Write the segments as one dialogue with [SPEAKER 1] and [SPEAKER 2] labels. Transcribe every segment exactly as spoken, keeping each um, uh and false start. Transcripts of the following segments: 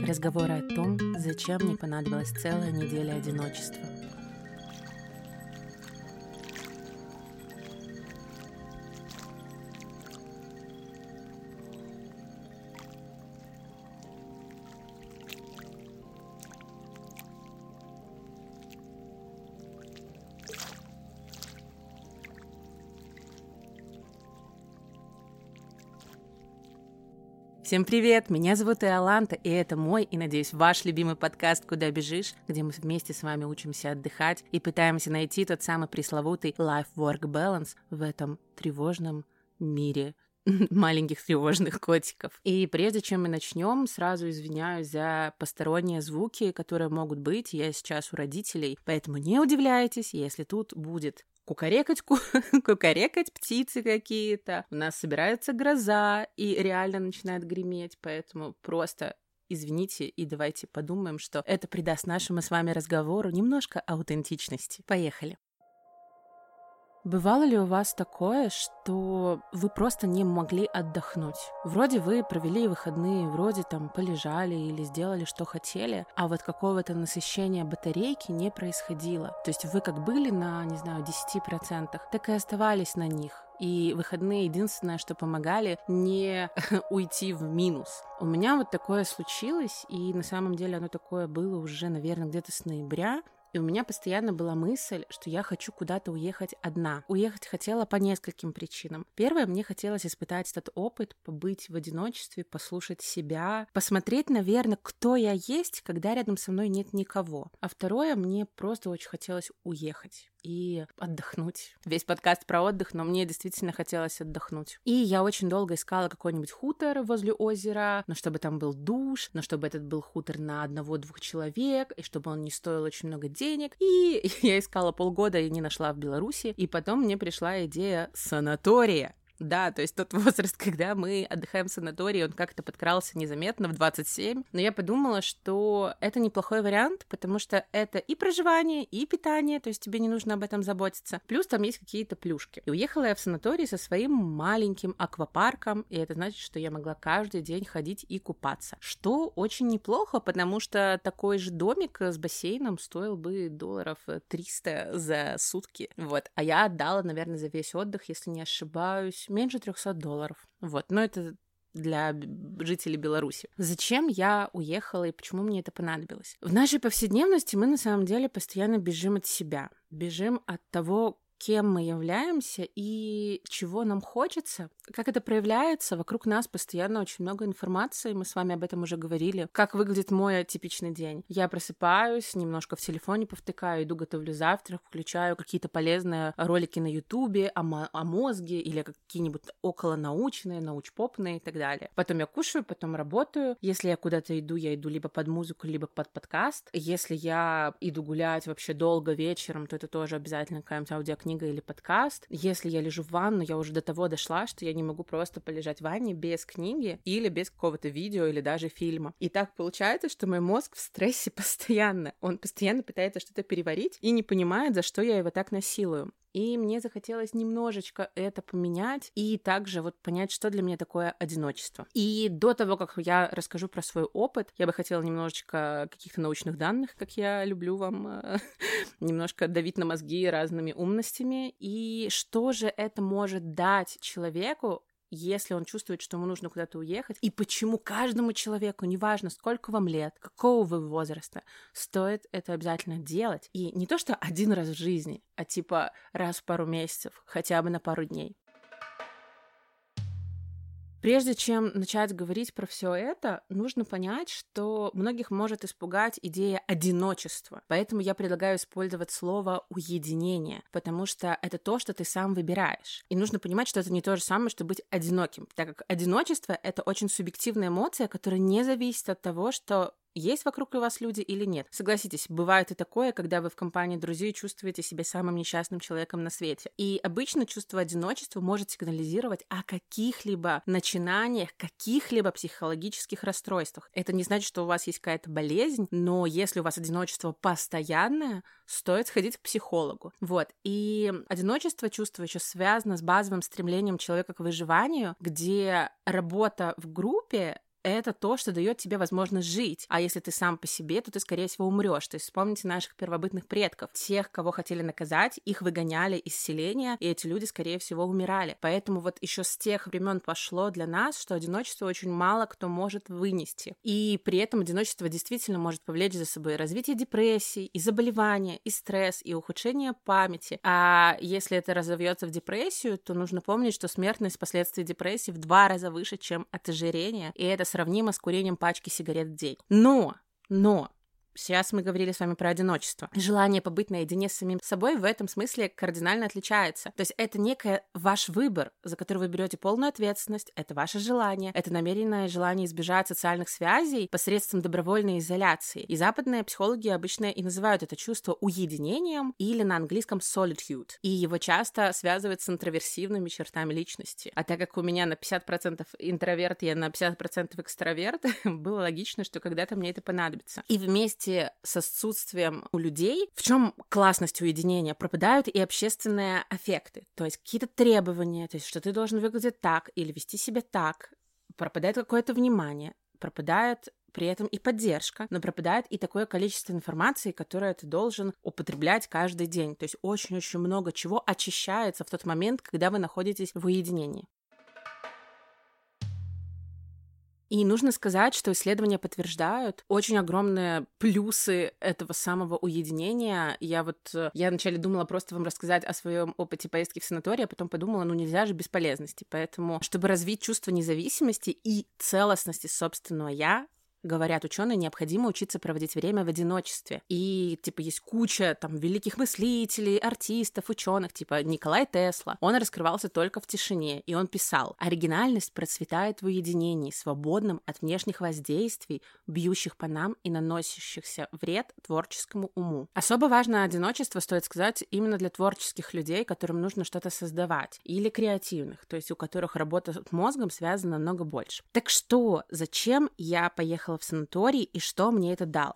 [SPEAKER 1] Разговоры о том, зачем мне понадобилась целая неделя одиночества. Всем привет! Меня зовут Иоланта, и это мой, и, надеюсь, ваш любимый подкаст «Куда бежишь», где мы вместе с вами учимся отдыхать и пытаемся найти тот самый пресловутый life-work balance в этом тревожном мире маленьких тревожных котиков. И прежде чем мы начнем, сразу извиняюсь за посторонние звуки, которые могут быть. Я сейчас у родителей, поэтому не удивляйтесь, если тут будет кукарекать, ку- кукарекать птицы какие-то. У нас собирается гроза и реально начинает греметь, поэтому просто извините и давайте подумаем, что это придаст нашему с вами разговору немножко аутентичности. Поехали! Бывало ли у вас такое, что вы просто не могли отдохнуть? Вроде вы провели выходные, вроде там полежали или сделали, что хотели, а вот какого-то насыщения батарейки не происходило. То есть вы как были на, не знаю, десяти процентах, так и оставались на них. И выходные единственное, что помогали, не уйти в минус. У меня вот такое случилось, и на самом деле оно такое было уже, наверное, где-то с ноября. И у меня постоянно была мысль, что я хочу куда-то уехать одна. Уехать хотела по нескольким причинам. Первое, мне хотелось испытать этот опыт, побыть в одиночестве, послушать себя, посмотреть, наверное, кто я есть, когда рядом со мной нет никого. А второе, мне просто очень хотелось уехать и отдохнуть. Весь подкаст про отдых, но мне действительно хотелось отдохнуть. И я очень долго искала какой-нибудь хутор возле озера, но чтобы там был душ, но чтобы этот был хутор на одного-двух человек, и чтобы он не стоил очень много денег. И я искала полгода и не нашла в Беларуси. И потом мне пришла идея санатория. Да, то есть тот возраст, когда мы отдыхаем в санатории, он как-то подкрался незаметно в двадцать семь. Но я подумала, что это неплохой вариант, потому что это и проживание, и питание, то есть тебе не нужно об этом заботиться. Плюс там есть какие-то плюшки. И уехала я в санаторий со своим маленьким аквапарком, и это значит, что я могла каждый день ходить и купаться. Что очень неплохо, потому что такой же домик с бассейном стоил бы долларов триста за сутки. Вот. А я отдала, наверное, за весь отдых, если не ошибаюсь, меньше трехсот долларов. Вот, но это для жителей Беларуси. Зачем я уехала и почему мне это понадобилось? В нашей повседневности мы на самом деле постоянно бежим от себя, бежим от того, кем мы являемся и чего нам хочется. Как это проявляется? Вокруг нас постоянно очень много информации, мы с вами об этом уже говорили. Как выглядит мой типичный день? Я просыпаюсь, немножко в телефоне повтыкаю, иду готовлю завтрак, включаю какие-то полезные ролики на Ютубе о, мо- о мозге или какие-нибудь околонаучные, научпопные и так далее. Потом я кушаю, потом работаю. Если я куда-то иду, я иду либо под музыку, либо под подкаст. Если я иду гулять вообще долго вечером, то это тоже обязательно какая-нибудь аудиокнига или подкаст. Если я лежу в ванну, я уже до того дошла, что я не могу просто полежать в ванне без книги или без какого-то видео или даже фильма. И так получается, что мой мозг в стрессе постоянно. Он постоянно пытается что-то переварить и не понимает, за что я его так насилую. И мне захотелось немножечко это поменять и также вот понять, что для меня такое одиночество. И до того, как я расскажу про свой опыт, я бы хотела немножечко каких-то научных данных, как я люблю вам немножко давить на мозги разными умностями. И что же это может дать человеку, если он чувствует, что ему нужно куда-то уехать, и почему каждому человеку, неважно, сколько вам лет, какого вы возраста, стоит это обязательно делать. И не то, что один раз в жизни, а типа раз в пару месяцев, хотя бы на пару дней. Прежде чем начать говорить про все это, нужно понять, что многих может испугать идея одиночества. Поэтому я предлагаю использовать слово «уединение», потому что это то, что ты сам выбираешь. И нужно понимать, что это не то же самое, что быть одиноким, так как одиночество — это очень субъективная эмоция, которая не зависит от того, что есть вокруг у вас люди или нет. Согласитесь, бывает и такое, когда вы в компании друзей чувствуете себя самым несчастным человеком на свете. И обычно чувство одиночества может сигнализировать о каких-либо начинаниях, каких-либо психологических расстройствах. Это не значит, что у вас есть какая-то болезнь, но если у вас одиночество постоянное, стоит сходить к психологу. Вот. И одиночество чувство еще связано с базовым стремлением человека к выживанию, где работа в группе это то, что дает тебе возможность жить. А если ты сам по себе, то ты, скорее всего, умрешь. То есть вспомните наших первобытных предков. Тех, кого хотели наказать, их выгоняли из селения, и эти люди, скорее всего, умирали. Поэтому вот еще с тех времен пошло для нас, что одиночество очень мало кто может вынести. И при этом одиночество действительно может повлечь за собой развитие депрессии, и заболевания, и стресс, и ухудшение памяти. А если это разовьется в депрессию, то нужно помнить, что смертность последствий депрессии в два раза выше, чем от ожирения, и это сравнимо с курением пачки сигарет в день. Но, но, сейчас мы говорили с вами про одиночество. Желание побыть наедине с самим собой в этом смысле кардинально отличается. То есть это некий ваш выбор, за который вы берете полную ответственность, это ваше желание, это намеренное желание избежать социальных связей посредством добровольной изоляции. И западные психологи обычно и называют это чувство уединением или на английском solitude. И его часто связывают с интроверсивными чертами личности. А так как у меня на пятьдесят процентов интроверт, я на пятьдесят процентов экстраверт, было логично, что когда-то мне это понадобится. И вместе с отсутствием у людей, в чем классность уединения, пропадают и общественные аффекты, то есть какие-то требования, то есть что ты должен выглядеть так или вести себя так, пропадает какое-то внимание, пропадает при этом и поддержка, но пропадает и такое количество информации, которое ты должен употреблять каждый день, то есть очень-очень много чего очищается в тот момент, когда вы находитесь в уединении. И нужно сказать, что исследования подтверждают очень огромные плюсы этого самого уединения. Я вот, я вначале думала просто вам рассказать о своем опыте поездки в санаторий, а потом подумала, ну нельзя же без полезности. Поэтому, чтобы развить чувство независимости и целостности собственного «я», говорят ученые, необходимо учиться проводить время в одиночестве. И, типа, есть куча там великих мыслителей, артистов, ученых, типа Николай Тесла. Он раскрывался только в тишине, и он писал: «Оригинальность процветает в уединении, свободном от внешних воздействий, бьющих по нам и наносящихся вред творческому уму». Особо важно одиночество, стоит сказать, именно для творческих людей, которым нужно что-то создавать, или креативных, то есть у которых работа с мозгом связана намного больше. Так что, зачем я поехала в санаторий и что мне это дало?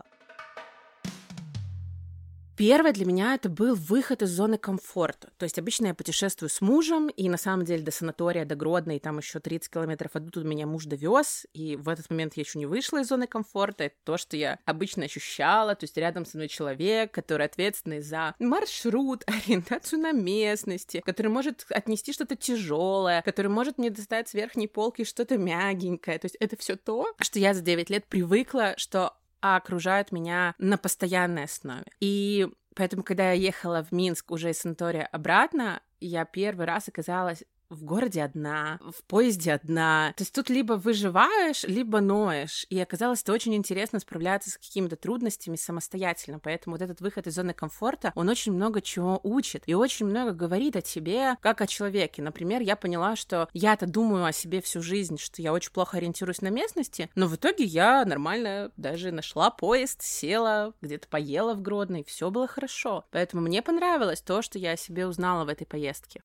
[SPEAKER 1] Первое для меня это был выход из зоны комфорта. То есть обычно я путешествую с мужем, и на самом деле до санатория, до Гродно, и там еще тридцать километров оттуда меня муж довез, и в этот момент я еще не вышла из зоны комфорта. Это то, что я обычно ощущала, то есть рядом со мной человек, который ответственный за маршрут, ориентацию на местности, который может отнести что-то тяжелое, который может мне достать с верхней полки что-то мягенькое. То есть это все то, что я за девять лет привыкла, что а окружают меня на постоянной основе. И поэтому, когда я ехала в Минск уже из санатория обратно, я первый раз оказалась в городе одна, в поезде одна. То есть тут либо выживаешь, либо ноешь. И оказалось, это очень интересно справляться с какими-то трудностями самостоятельно. Поэтому вот этот выход из зоны комфорта, он очень много чего учит. И очень много говорит о тебе, как о человеке. Например, я поняла, что я-то думаю о себе всю жизнь, что я очень плохо ориентируюсь на местности, но в итоге я нормально даже нашла поезд, села, где-то поела в Гродно, и все было хорошо. Поэтому мне понравилось то, что я о себе узнала в этой поездке.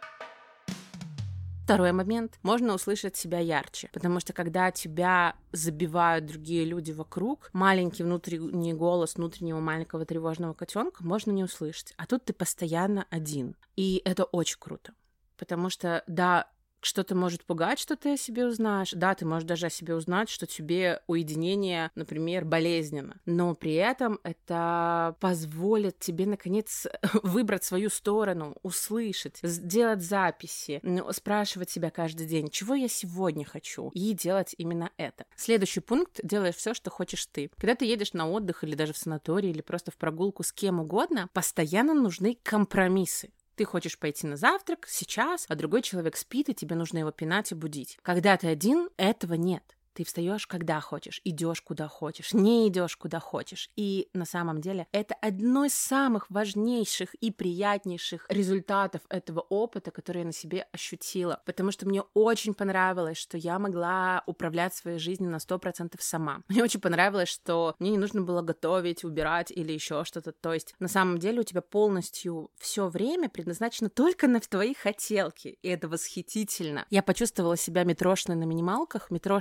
[SPEAKER 1] Второй момент. Можно услышать себя ярче, потому что когда тебя забивают другие люди вокруг, маленький внутренний голос внутреннего маленького тревожного котенка можно не услышать, а тут ты постоянно один. И это очень круто, потому что, да, что-то может пугать, что ты о себе узнаешь. Да, ты можешь даже о себе узнать, что тебе уединение, например, болезненно. Но при этом это позволит тебе, наконец, выбрать свою сторону, услышать, сделать записи, спрашивать себя каждый день, чего я сегодня хочу, и делать именно это. Следующий пункт. Делаешь все, что хочешь ты. Когда ты едешь на отдых или даже в санаторий, или просто в прогулку с кем угодно, постоянно нужны компромиссы. Ты хочешь пойти на завтрак сейчас, а другой человек спит, и тебе нужно его пинать и будить. Когда ты один, этого нет. Ты встаешь, когда хочешь, идешь, куда хочешь, не идешь, куда хочешь. И на самом деле это одно из самых важнейших и приятнейших результатов этого опыта, который я на себе ощутила. Потому что мне очень понравилось, что я могла управлять своей жизнью на сто процентов сама. Мне очень понравилось, что мне не нужно было готовить, убирать или еще что-то. То есть на самом деле у тебя полностью все время предназначено только на твои хотелки. И это восхитительно. Я почувствовала себя Митрошиной на минималках. Митрошина — это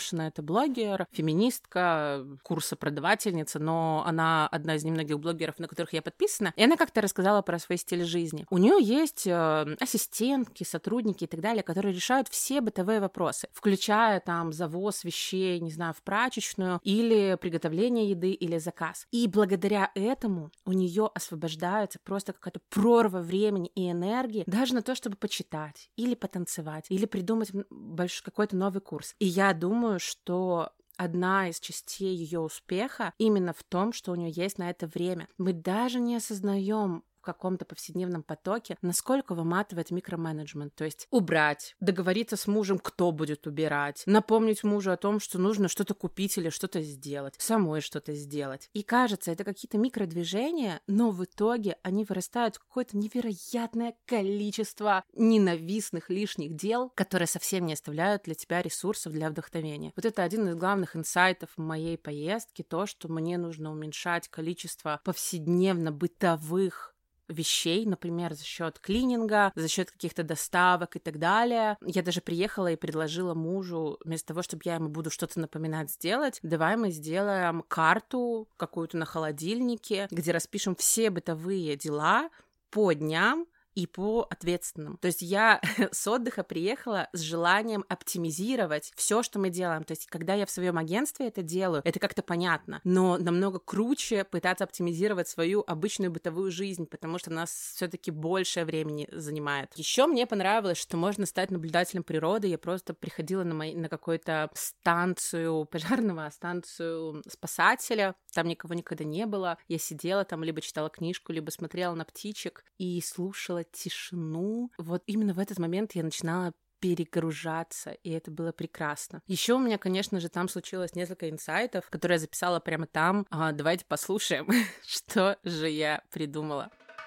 [SPEAKER 1] блогер, феминистка, курсопродавательница, но она одна из немногих блогеров, на которых я подписана, и она как-то рассказала про свой стиль жизни. У нее есть э, ассистентки, сотрудники и так далее, которые решают все бытовые вопросы, включая там завоз вещей, не знаю, в прачечную, или приготовление еды, или заказ. И благодаря этому у нее освобождается просто какая-то прорва времени и энергии даже на то, чтобы почитать, или потанцевать, или придумать большой какой-то новый курс. И я думаю, что одна из частей ее успеха именно в том, что у нее есть на это время. Мы даже не осознаем в каком-то повседневном потоке, насколько выматывает микроменеджмент. То есть убрать, договориться с мужем, кто будет убирать, напомнить мужу о том, что нужно что-то купить или что-то сделать, самой что-то сделать. И кажется, это какие-то микродвижения, но в итоге они вырастают в какое-то невероятное количество ненавистных лишних дел, которые совсем не оставляют для тебя ресурсов для вдохновения. Вот это один из главных инсайтов моей поездки, то, что мне нужно уменьшать количество повседневно-бытовых вещей, например, за счет клининга, за счет каких-то доставок и так далее. Я даже приехала и предложила мужу, вместо того, чтобы я ему буду что-то напоминать сделать, давай мы сделаем карту какую-то на холодильнике, где распишем все бытовые дела по дням и по ответственным. То есть я с отдыха приехала с желанием оптимизировать все, что мы делаем. То есть когда я в своем агентстве это делаю, это как-то понятно, но намного круче пытаться оптимизировать свою обычную бытовую жизнь, потому что нас все-таки больше времени занимает. Еще мне понравилось, что можно стать наблюдателем природы. Я просто приходила на, мои, на какую-то станцию пожарного, станцию спасателя, там никого никогда не было. Я сидела там, либо читала книжку, либо смотрела на птичек и слушала тишину. Вот именно в этот момент я начинала перегружаться, и это было прекрасно. Еще у меня, конечно же, там случилось несколько инсайтов, которые я записала прямо там. А, давайте послушаем, что же я придумала.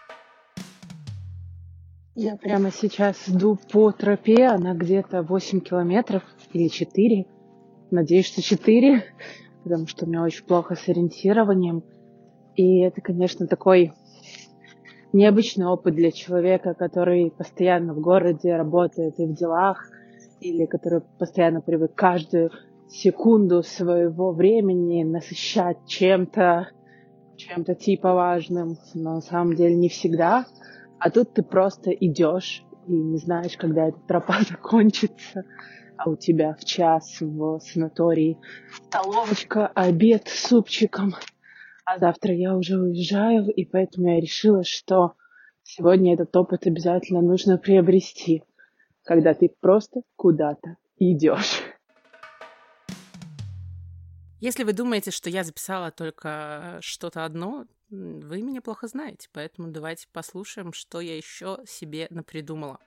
[SPEAKER 2] Я прямо сейчас иду по тропе, она где-то восемь километров или четыре. Надеюсь, что четыре, потому что у меня очень плохо с ориентированием. И это, конечно, такой необычный опыт для человека, который постоянно в городе работает и в делах, или который постоянно привык каждую секунду своего времени насыщать чем-то, чем-то типа важным, но на самом деле не всегда. А тут ты просто идешь и не знаешь, когда эта тропа закончится, а у тебя в час в санатории столовочка, обед с супчиком. А завтра я уже уезжаю, и поэтому я решила, что сегодня этот опыт обязательно нужно приобрести, когда ты просто куда-то идешь.
[SPEAKER 1] Если вы думаете, что я записала только что-то одно, вы меня плохо знаете, поэтому давайте послушаем, что я еще себе напридумала.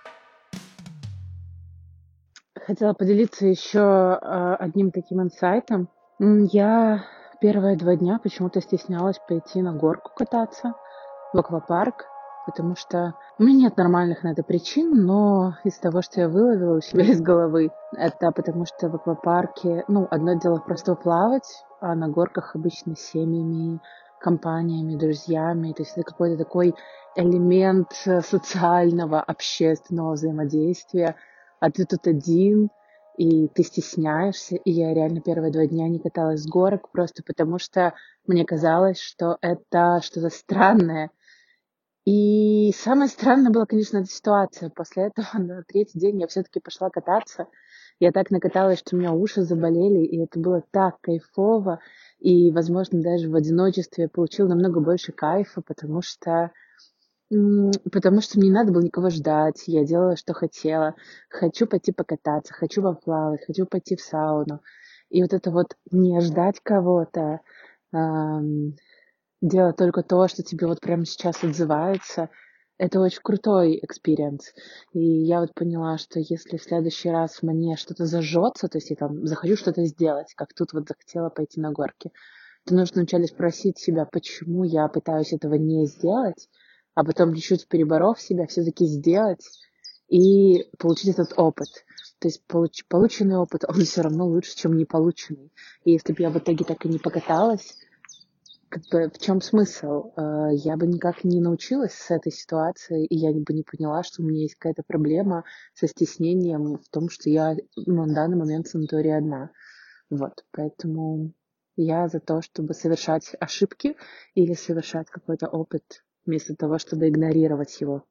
[SPEAKER 2] Хотела поделиться еще одним таким инсайтом. Я первые два дня почему-то стеснялась пойти на горку кататься в аквапарк, потому что у меня нет нормальных на это причин, но из того, что я выловила у себя из головы, это потому что в аквапарке, ну, одно дело просто плавать, а на горках обычно с семьями, компаниями, друзьями, то есть это какой-то такой элемент социального, общественного взаимодействия, а ты тут один, и ты стесняешься, и я реально первые два дня не каталась с горок, просто потому что мне казалось, что это что-то странное. И самое странное было, конечно, эта ситуация. После этого на третий день я все-таки пошла кататься. Я так накаталась, что у меня уши заболели, и это было так кайфово. И, возможно, даже в одиночестве я получила намного больше кайфа, потому что Потому что мне не надо было никого ждать, я делала, что хотела. Хочу пойти покататься, хочу поплавать, хочу пойти в сауну. И вот это вот не ждать кого-то, эм, делать только то, что тебе вот прямо сейчас отзывается, это очень крутой экспириенс. И я вот поняла, что если в следующий раз мне что-то зажжется, то есть я там захочу что-то сделать, как тут вот захотела пойти на горки, то нужно вначале спросить себя, почему я пытаюсь этого не сделать, а потом чуть-чуть переборов себя, все-таки сделать и получить этот опыт. То есть получ- полученный опыт, он все равно лучше, чем не полученный. И если бы я в итоге так и не покаталась, как бы в чем смысл? Э, Я бы никак не научилась с этой ситуации, и я бы не поняла, что у меня есть какая-то проблема со стеснением в том, что я ну, на данный момент в санатории одна. Вот, поэтому я за то, чтобы совершать ошибки или совершать какой-то опыт вместо того, чтобы игнорировать его.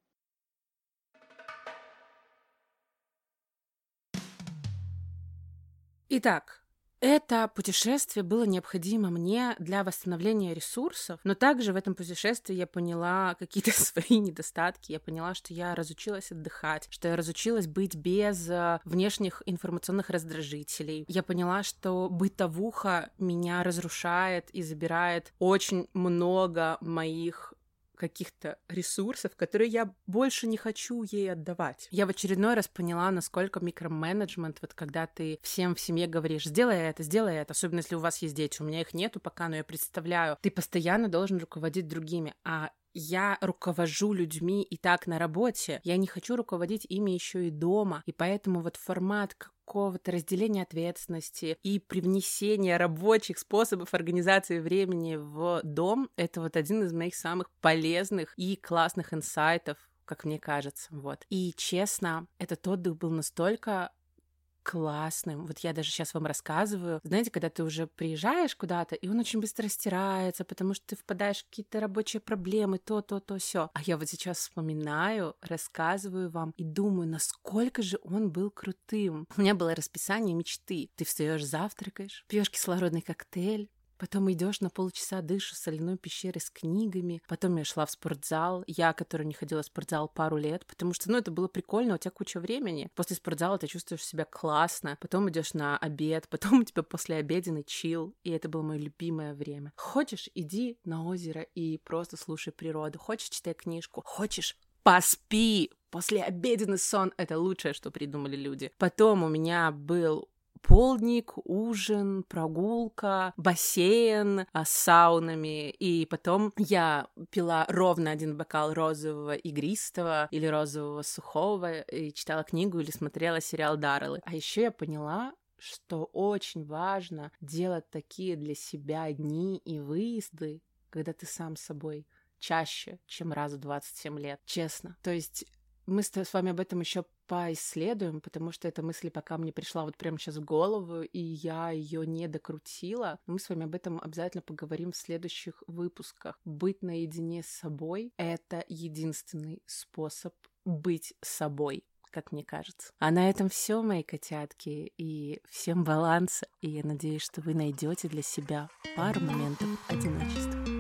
[SPEAKER 1] Итак, это путешествие было необходимо мне для восстановления ресурсов, но также в этом путешествии я поняла какие-то свои недостатки, я поняла, что я разучилась отдыхать, что я разучилась быть без э, внешних информационных раздражителей. Я поняла, что бытовуха меня разрушает и забирает очень много моих каких-то ресурсов, которые я больше не хочу ей отдавать. Я в очередной раз поняла, насколько микроменеджмент, вот когда ты всем в семье говоришь, сделай это, сделай это, особенно если у вас есть дети, у меня их нету пока, но я представляю, ты постоянно должен руководить другими, а я руковожу людьми и так на работе, я не хочу руководить ими еще и дома, и поэтому вот формат какого-то разделения ответственности и привнесения рабочих способов организации времени в дом — это вот один из моих самых полезных и классных инсайтов, как мне кажется, вот. И честно, этот отдых был настолько классным. Вот я даже сейчас вам рассказываю. Знаете, когда ты уже приезжаешь куда-то, и он очень быстро стирается, потому что ты впадаешь в какие-то рабочие проблемы, то, то, то, все. А я вот сейчас вспоминаю, рассказываю вам и думаю, насколько же он был крутым. У меня было расписание мечты. Ты встаешь, завтракаешь, пьешь кислородный коктейль, потом идешь на полчаса, дышишь в соляной пещере с книгами. Потом я шла в спортзал. Я, которая не ходила в спортзал пару лет, потому что, ну, это было прикольно, у тебя куча времени. После спортзала ты чувствуешь себя классно. Потом идешь на обед, потом у тебя послеобеденный чил. И это было мое любимое время. Хочешь, иди на озеро и просто слушай природу. Хочешь, читай книжку. Хочешь, поспи. Послеобеденный сон — это лучшее, что придумали люди. Потом у меня был полдник, ужин, прогулка, бассейн а, с саунами, и потом я пила ровно один бокал розового игристого или розового сухого и читала книгу или смотрела сериал Дарреллы. А еще я поняла, что очень важно делать такие для себя дни и выезды, когда ты сам с собой, чаще, чем раз в двадцать семь лет, честно. То есть мы с вами об этом еще поисследуем, потому что эта мысль пока мне пришла вот прямо сейчас в голову, и я ее не докрутила. Мы с вами об этом обязательно поговорим в следующих выпусках. Быть наедине с собой — это единственный способ быть собой, как мне кажется. А на этом все, мои котятки, и всем баланса, и я надеюсь, что вы найдете для себя пару моментов одиночества.